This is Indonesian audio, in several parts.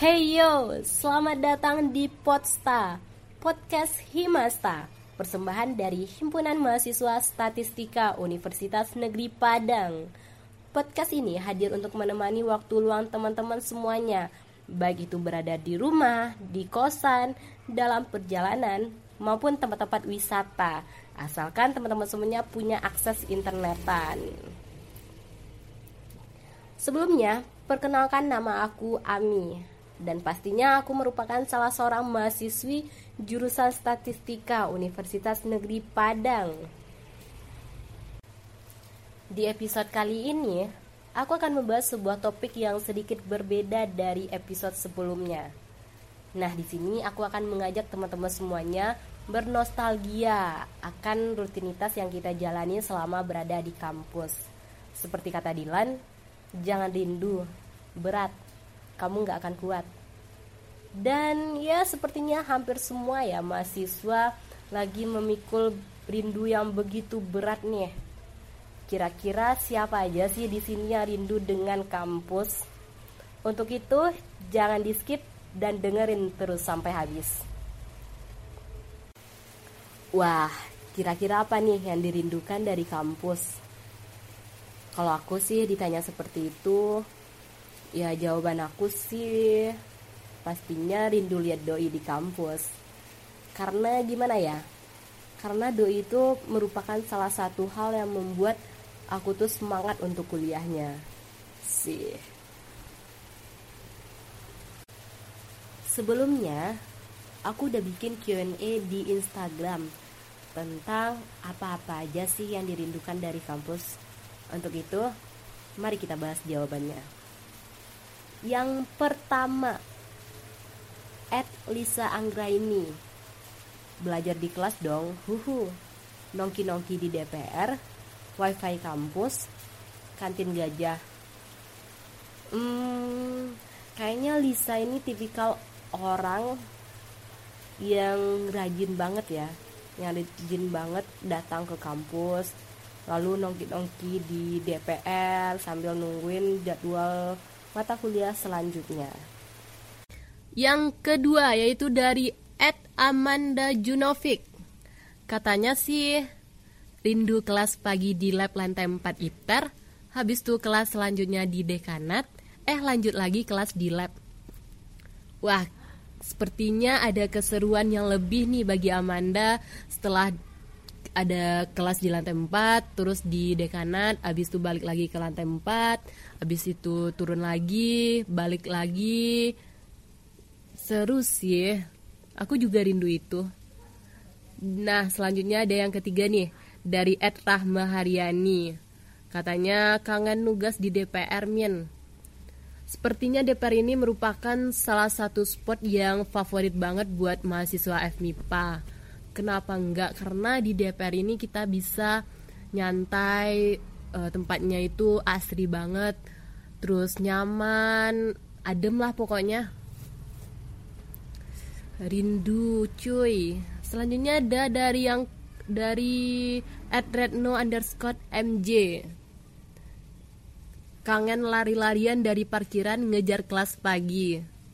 Hey yo, selamat datang di Podsta, Podcast Himasta, persembahan dari Himpunan Mahasiswa Statistika Universitas Negeri Padang. Podcast ini hadir untuk menemani waktu luang teman-teman semuanya, baik itu berada di rumah, di kosan, dalam perjalanan, maupun tempat-tempat wisata, asalkan teman-teman semuanya punya akses internetan. Sebelumnya, perkenalkan nama aku Ami. Dan pastinya aku merupakan salah seorang mahasiswi jurusan Statistika Universitas Negeri Padang. Di episode kali ini, aku akan membahas sebuah topik yang sedikit berbeda dari episode sebelumnya. Nah, di sini aku akan mengajak teman-teman semuanya bernostalgia akan rutinitas yang kita jalani selama berada di kampus. Seperti kata Dilan, jangan rindu, berat, kamu gak akan kuat. Dan ya sepertinya hampir semua ya mahasiswa lagi memikul rindu yang begitu berat nih. Kira-kira siapa aja sih di sini yang rindu dengan kampus? Untuk itu jangan di skip dan dengerin terus sampai habis. Wah, kira-kira apa nih yang dirindukan dari kampus? Kalau aku sih ditanya seperti itu, ya jawaban aku sih pastinya rindu lihat doi di kampus. Karena gimana ya? Karena doi itu merupakan salah satu hal yang membuat aku tuh semangat untuk kuliahnya. Sih. Sebelumnya, aku udah bikin Q&A di Instagram tentang apa-apa aja sih yang dirindukan dari kampus. Untuk itu, mari kita bahas jawabannya. Yang pertama, @Lisa Anggraini. Belajar di kelas dong, nongki-nongki di DPR, wifi kampus, kantin gajah. Kayaknya Lisa ini tipikal orang yang rajin banget ya, yang rajin banget datang ke kampus, lalu nongki-nongki di DPR sambil nungguin jadwal mata kuliah selanjutnya. Yang kedua yaitu dari @Amanda Junovic. Katanya sih rindu kelas pagi di lab lantai 4 IPTER, habis itu kelas selanjutnya di dekanat, lanjut lagi kelas di lab. Wah, sepertinya ada keseruan yang lebih nih bagi Amanda setelah ada kelas di lantai 4, terus di dekanat, habis itu balik lagi ke lantai 4, habis itu turun lagi, balik lagi. Seru sih, aku juga rindu itu. Nah, selanjutnya ada yang ketiga nih, dari @Rahma Haryani. Katanya kangen nugas di DPR Min. Sepertinya DPR ini merupakan salah satu spot yang favorit banget buat mahasiswa FMIPA. Kenapa enggak? Karena di DPR ini kita bisa nyantai, tempatnya itu asri banget, terus nyaman, adem lah pokoknya. Rindu cuy. Selanjutnya ada dari @redno_mj. Kangen lari-larian dari parkiran ngejar kelas pagi.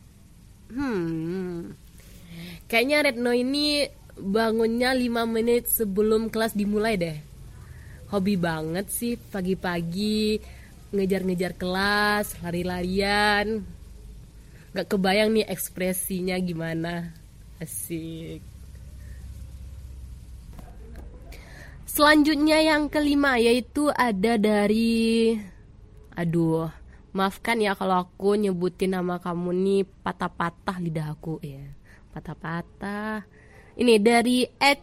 Kayaknya Redno ini bangunnya 5 menit sebelum kelas dimulai deh. Hobi banget sih pagi-pagi ngejar-ngejar kelas, lari-larian. Gak kebayang nih ekspresinya gimana. Asik. Selanjutnya yang kelima yaitu ada dari, maafkan ya kalau aku nyebutin nama kamu nih patah-patah lidah aku ya. Patah-patah. Ini dari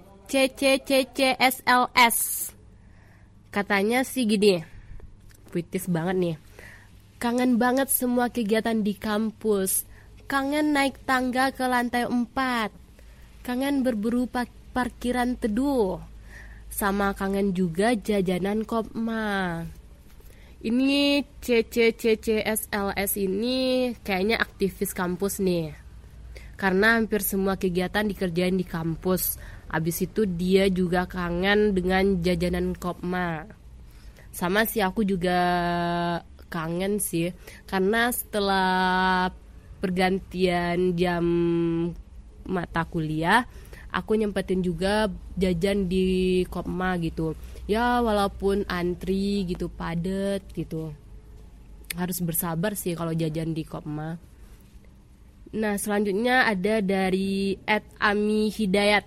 @ccccsls. Katanya sih gini, puitis banget nih. Kangen banget semua kegiatan di kampus. Kangen naik tangga ke lantai 4. Kangen berburu parkiran teduh. Sama kangen juga jajanan Kopma. Ini CCCCSLS ini kayaknya aktivis kampus nih. Karena hampir semua kegiatan dikerjain di kampus. Abis itu dia juga kangen dengan jajanan Kopma. Sama sih, aku juga kangen sih. Karena setelah pergantian jam mata kuliah, aku nyempetin juga jajan di Kopma gitu. Ya walaupun antri gitu, padet gitu, harus bersabar sih kalau jajan di Kopma. Nah selanjutnya ada dari @ami_hidayat.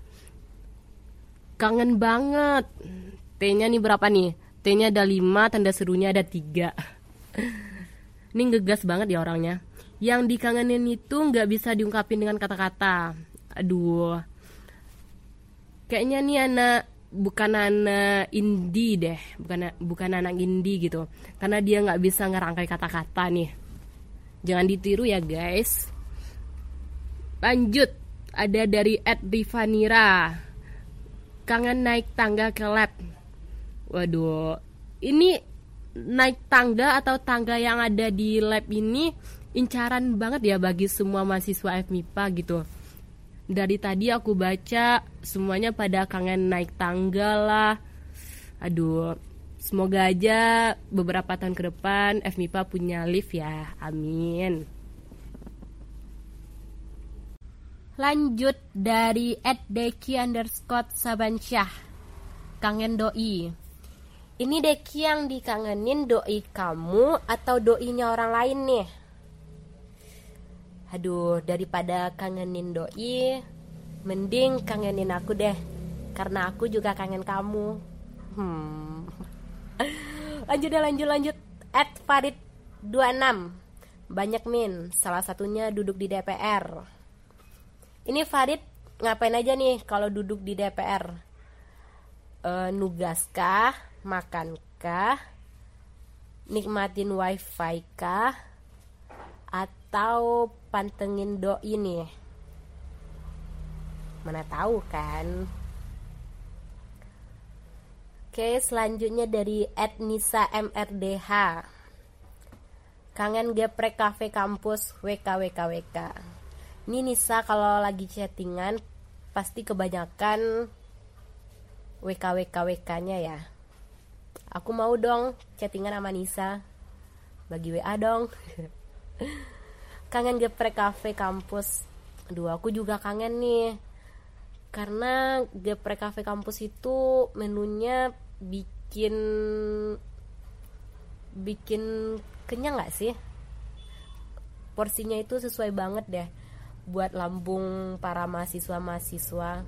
Kangen banget. T-nya nih berapa nih? T-nya ada 5, tanda serunya ada 3. Ini ngegas banget ya orangnya. Yang dikangenin itu gak bisa diungkapin dengan kata-kata. Aduh, kayaknya nih bukan anak indie deh. Bukan anak indie gitu. Karena dia gak bisa ngerangkai kata-kata nih. Jangan ditiru ya guys. Lanjut, ada dari @rivanira. Kangen naik tangga ke lab. Waduh, ini naik tangga atau tangga yang ada di lab ini incaran banget ya bagi semua mahasiswa FMIPA gitu. Dari tadi aku baca semuanya pada kangen naik tangga lah. Aduh, semoga aja beberapa tahun ke depan FMIPA punya lift ya, amin. Lanjut dari @deki_sabansyah. Kangen doi. Ini Deki yang dikangenin doi kamu atau doinya orang lain nih? Aduh, daripada kangenin doi, mending kangenin aku deh. Karena aku juga kangen kamu. Lanjut. @farid26. Banyak min, salah satunya duduk di DPR. Ini Farid ngapain aja nih kalau duduk di DPR? Nugas kah? Makan kah? Nikmatin wifi kah? Atau pantengin doi nih? Mana tahu kan? Oke, selanjutnya dari @nisa_mrdh. Kangen geprek kafe kampus WKWKWK. Ini Nisa kalau lagi chattingan pasti kebanyakan WKWKWK-nya ya. Aku mau dong chattingan sama Nisa. Bagi WA dong. Kangen geprek kafe kampus. Aduh, aku juga kangen nih. Karena geprek kafe kampus itu menunya bikin kenyang gak sih? Porsinya itu sesuai banget deh buat lambung para mahasiswa-mahasiswa.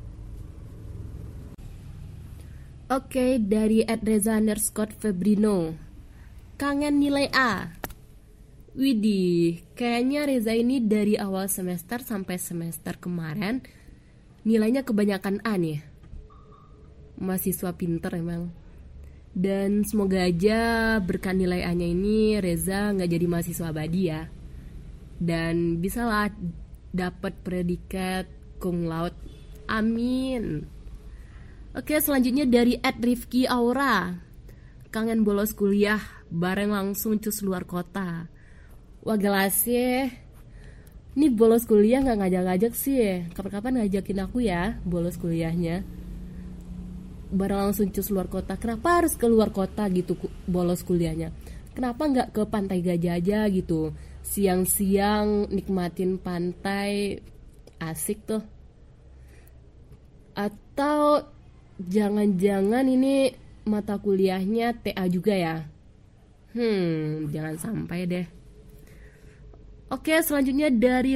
Oke, dari @reza_febrino. Kangen nilai A. Widih, kayaknya Reza ini dari awal semester sampai semester kemarin nilainya kebanyakan A nih. Mahasiswa pinter emang. Dan semoga aja berkat nilai A-nya ini Reza gak jadi mahasiswa abadi ya. Dan bisalah dapat predikat cum laude. Amin. Oke, selanjutnya dari @rifki aura. Kangen bolos kuliah bareng langsung cus luar kota. Wah gelas ya. Ini bolos kuliah gak ngajak-ngajak sih. Kapan-kapan ngajakin aku ya bolos kuliahnya. Bareng langsung cus luar kota. Kenapa harus ke luar kota gitu bolos kuliahnya? Kenapa gak ke Pantai Gajah aja gitu? Siang-siang nikmatin pantai, asik tuh. Atau jangan-jangan ini mata kuliahnya TA juga ya? Jangan sampai deh. Oke, selanjutnya dari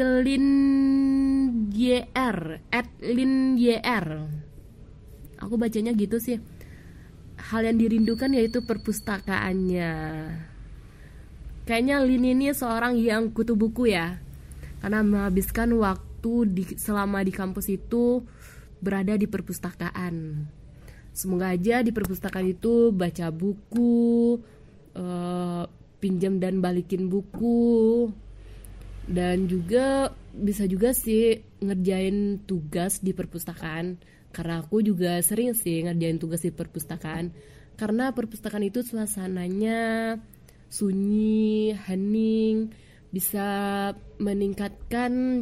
LinYR @LinYR. Aku bacanya gitu sih. Hal yang dirindukan yaitu perpustakaannya. Kayaknya Lin ini seorang yang kutu buku ya. Karena menghabiskan waktu selama di kampus itu berada di perpustakaan. Semoga aja di perpustakaan itu baca buku, pinjam dan balikin buku. Dan juga bisa juga sih ngerjain tugas di perpustakaan. Karena aku juga sering sih ngerjain tugas di perpustakaan. Karena perpustakaan itu suasananya sunyi, hening, bisa meningkatkan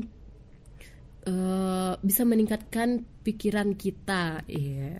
pikiran kita. Yeah.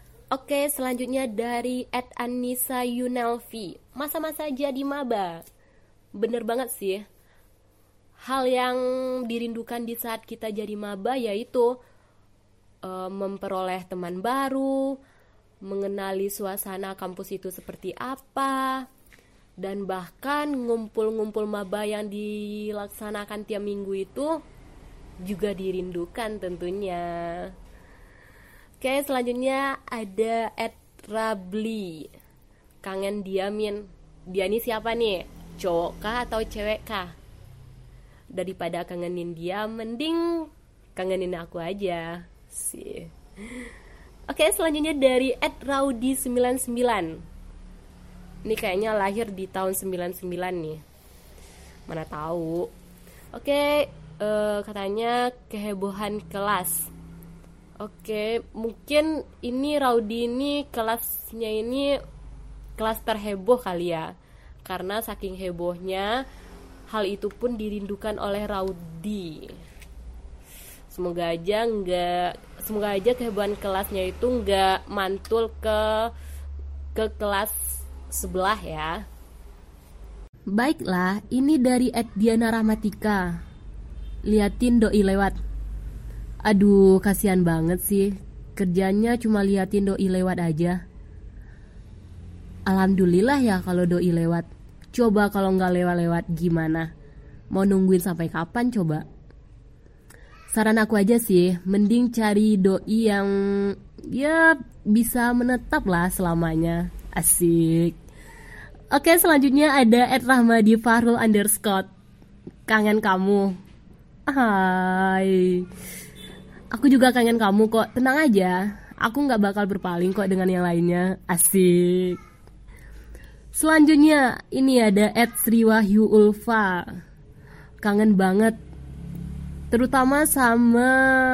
Oke, selanjutnya dari @Anissa Yunelvi. Masa-masa jadi maba. bener banget sih. Hal yang dirindukan di saat kita jadi maba yaitu memperoleh teman baru, mengenali suasana kampus itu seperti apa, dan bahkan ngumpul-ngumpul maba yang dilaksanakan tiap minggu itu juga dirindukan tentunya. Oke, selanjutnya ada @rabli. Kangen dia Min. Dia ini siapa nih? Cowok kah atau cewek kah? Daripada kangenin dia, mending kangenin aku aja sih. Oke, selanjutnya dari @raudi99. Ini kayaknya lahir di tahun 99 nih. Mana tahu. Oke, katanya kehebohan kelas. Oke, mungkin ini Raudi ini kelasnya ini kelas terheboh kali ya. Karena saking hebohnya, hal itu pun dirindukan oleh Raudi. Semoga aja kehebohan kelasnya itu nggak mantul ke kelas sebelah ya. Baiklah, ini dari @Diana Rahmatika. Liatin doi lewat. Aduh, kasihan banget sih. Kerjanya cuma liatin doi lewat aja. Alhamdulillah ya kalau doi lewat. Coba kalau nggak lewat-lewat gimana? Mau nungguin sampai kapan coba? Saran aku aja sih, mending cari doi yang ya bisa menetap lah selamanya. Asik. Oke, selanjutnya ada @rahmadi_fahrul_. Kangen kamu. Hai. Aku juga kangen kamu kok. Tenang aja, aku gak bakal berpaling kok dengan yang lainnya. Asik. Selanjutnya ini ada @sriwahyu_ulfa. Kangen banget, terutama sama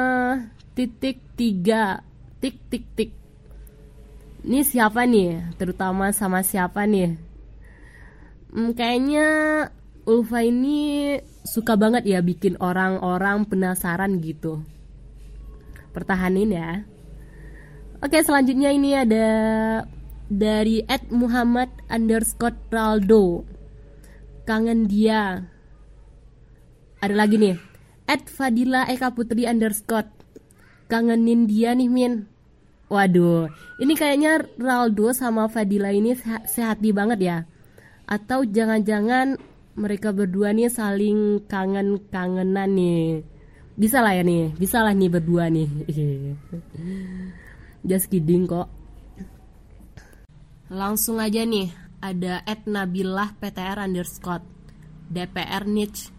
.3 . Ini siapa nih? Terutama sama siapa nih? Kayaknya Ulfa ini suka banget ya bikin orang-orang penasaran gitu. Pertahanin ya. Oke, selanjutnya ini ada dari @muhammad_raldo. Kangen dia. Ada lagi nih, @fadila eka putri_. Kangenin dia nih Min. Waduh, ini kayaknya Raldo sama Fadila ini sehati banget ya. Atau jangan-jangan mereka berdua nih saling kangen-kangenan nih. Bisa lah nih berdua nih. Just kidding kok. Langsung aja nih, ada @nabilah_ptr_. DPR niche.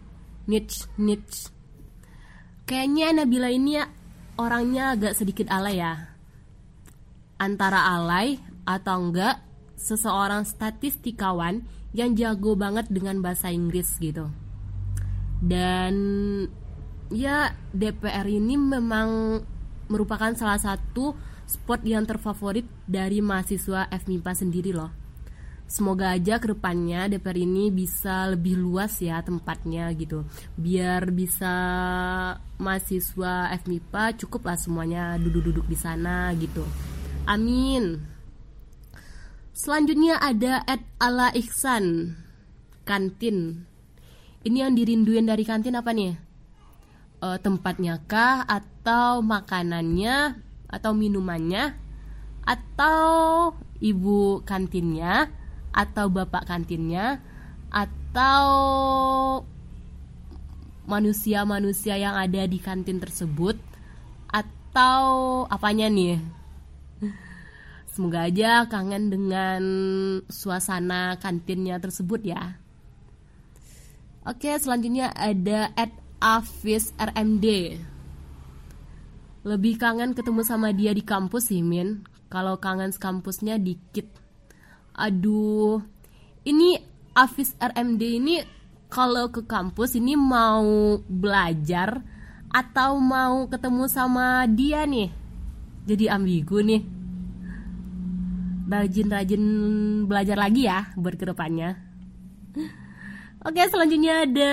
Kayaknya Nabila ini ya, orangnya agak sedikit alay ya. Antara alay atau enggak seseorang statistikawan yang jago banget dengan bahasa Inggris gitu. Dan ya, DPR ini memang merupakan salah satu spot yang terfavorit dari mahasiswa FMIPA sendiri loh. Semoga aja kedepannya DPR ini bisa lebih luas ya tempatnya gitu, biar bisa mahasiswa FMIPA cukup lah semuanya duduk-duduk di sana gitu. Amin. Selanjutnya ada @ala Ihsan. Kantin. Ini yang dirinduin dari kantin apa nih? Tempatnya kah, atau makanannya, atau minumannya, atau ibu kantinnya, atau bapak kantinnya, atau manusia-manusia yang ada di kantin tersebut, atau apanya nih? Semoga aja kangen dengan suasana kantinnya tersebut ya. Oke, selanjutnya ada @afis_rmd. Lebih kangen ketemu sama dia di kampus sih Min. Kalau kangen kampusnya dikit. Aduh, ini Afis RMD ini kalau ke kampus ini mau belajar atau mau ketemu sama dia nih? Jadi ambigu nih. Rajin-rajin belajar lagi ya buat kedepannya. Oke, selanjutnya ada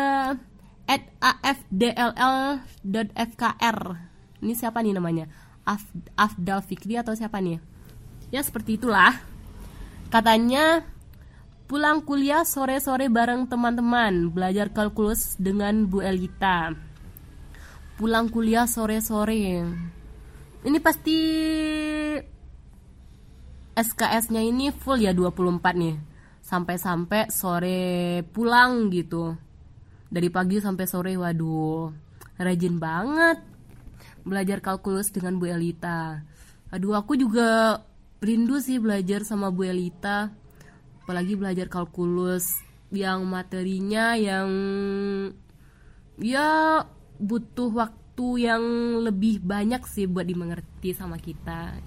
@afdll.fkr. Ini siapa nih namanya? Afdal Fikri atau siapa nih? Ya seperti itulah. Katanya Pulang kuliah sore-sore bareng teman-teman, belajar kalkulus dengan Bu Elita. Pulang kuliah sore-sore. Ini pasti SKS-nya ini full ya 24 nih. Sampai-sampai sore pulang gitu. Dari pagi sampai sore, waduh. Rajin banget belajar kalkulus dengan Bu Elita. Aduh, aku juga rindu sih belajar sama Bu Elita. Apalagi belajar kalkulus yang materinya yang ya butuh waktu yang lebih banyak sih buat dimengerti sama kita.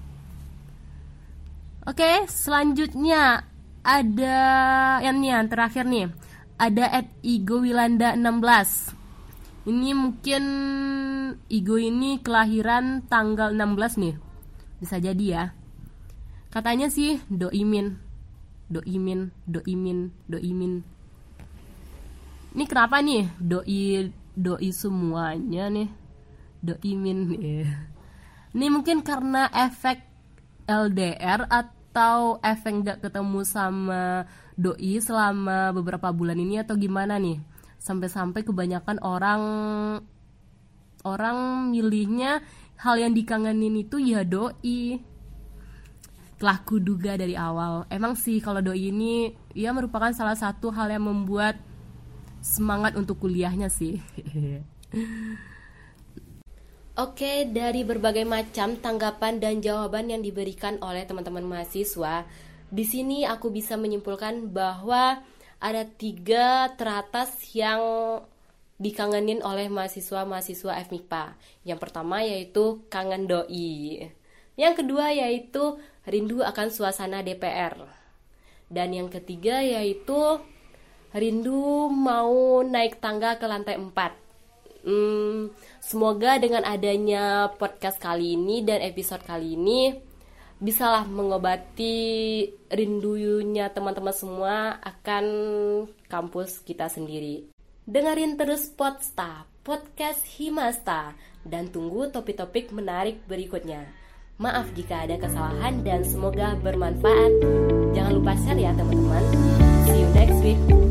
Oke, selanjutnya ada yang terakhir nih. Ada @igowilanda16. Ini mungkin Igo ini kelahiran tanggal 16 nih. Bisa jadi ya. Katanya sih doimin. Ini kenapa nih doi semuanya nih doimin. Ini mungkin karena efek LDR atau efek gak ketemu sama doi selama beberapa bulan ini atau gimana nih, sampai-sampai kebanyakan orang milihnya hal yang dikangenin itu ya doi. Telah kuduga dari awal. Emang sih kalau doi ini ya merupakan salah satu hal yang membuat semangat untuk kuliahnya sih. Oke, dari berbagai macam tanggapan dan jawaban yang diberikan oleh teman-teman mahasiswa, di sini aku bisa menyimpulkan bahwa ada 3 teratas yang dikangenin oleh mahasiswa-mahasiswa FMIPA. Yang pertama yaitu kangen doi. Yang kedua yaitu rindu akan suasana DPR. Dan yang ketiga yaitu rindu mau naik tangga ke lantai 4. Semoga dengan adanya podcast kali ini dan episode kali ini bisalah mengobati rindunya teman-teman semua akan kampus kita sendiri. Dengerin terus podcast Himasta dan tunggu topik-topik menarik berikutnya. Maaf jika ada kesalahan dan semoga bermanfaat. Jangan lupa share ya teman-teman. See you next week.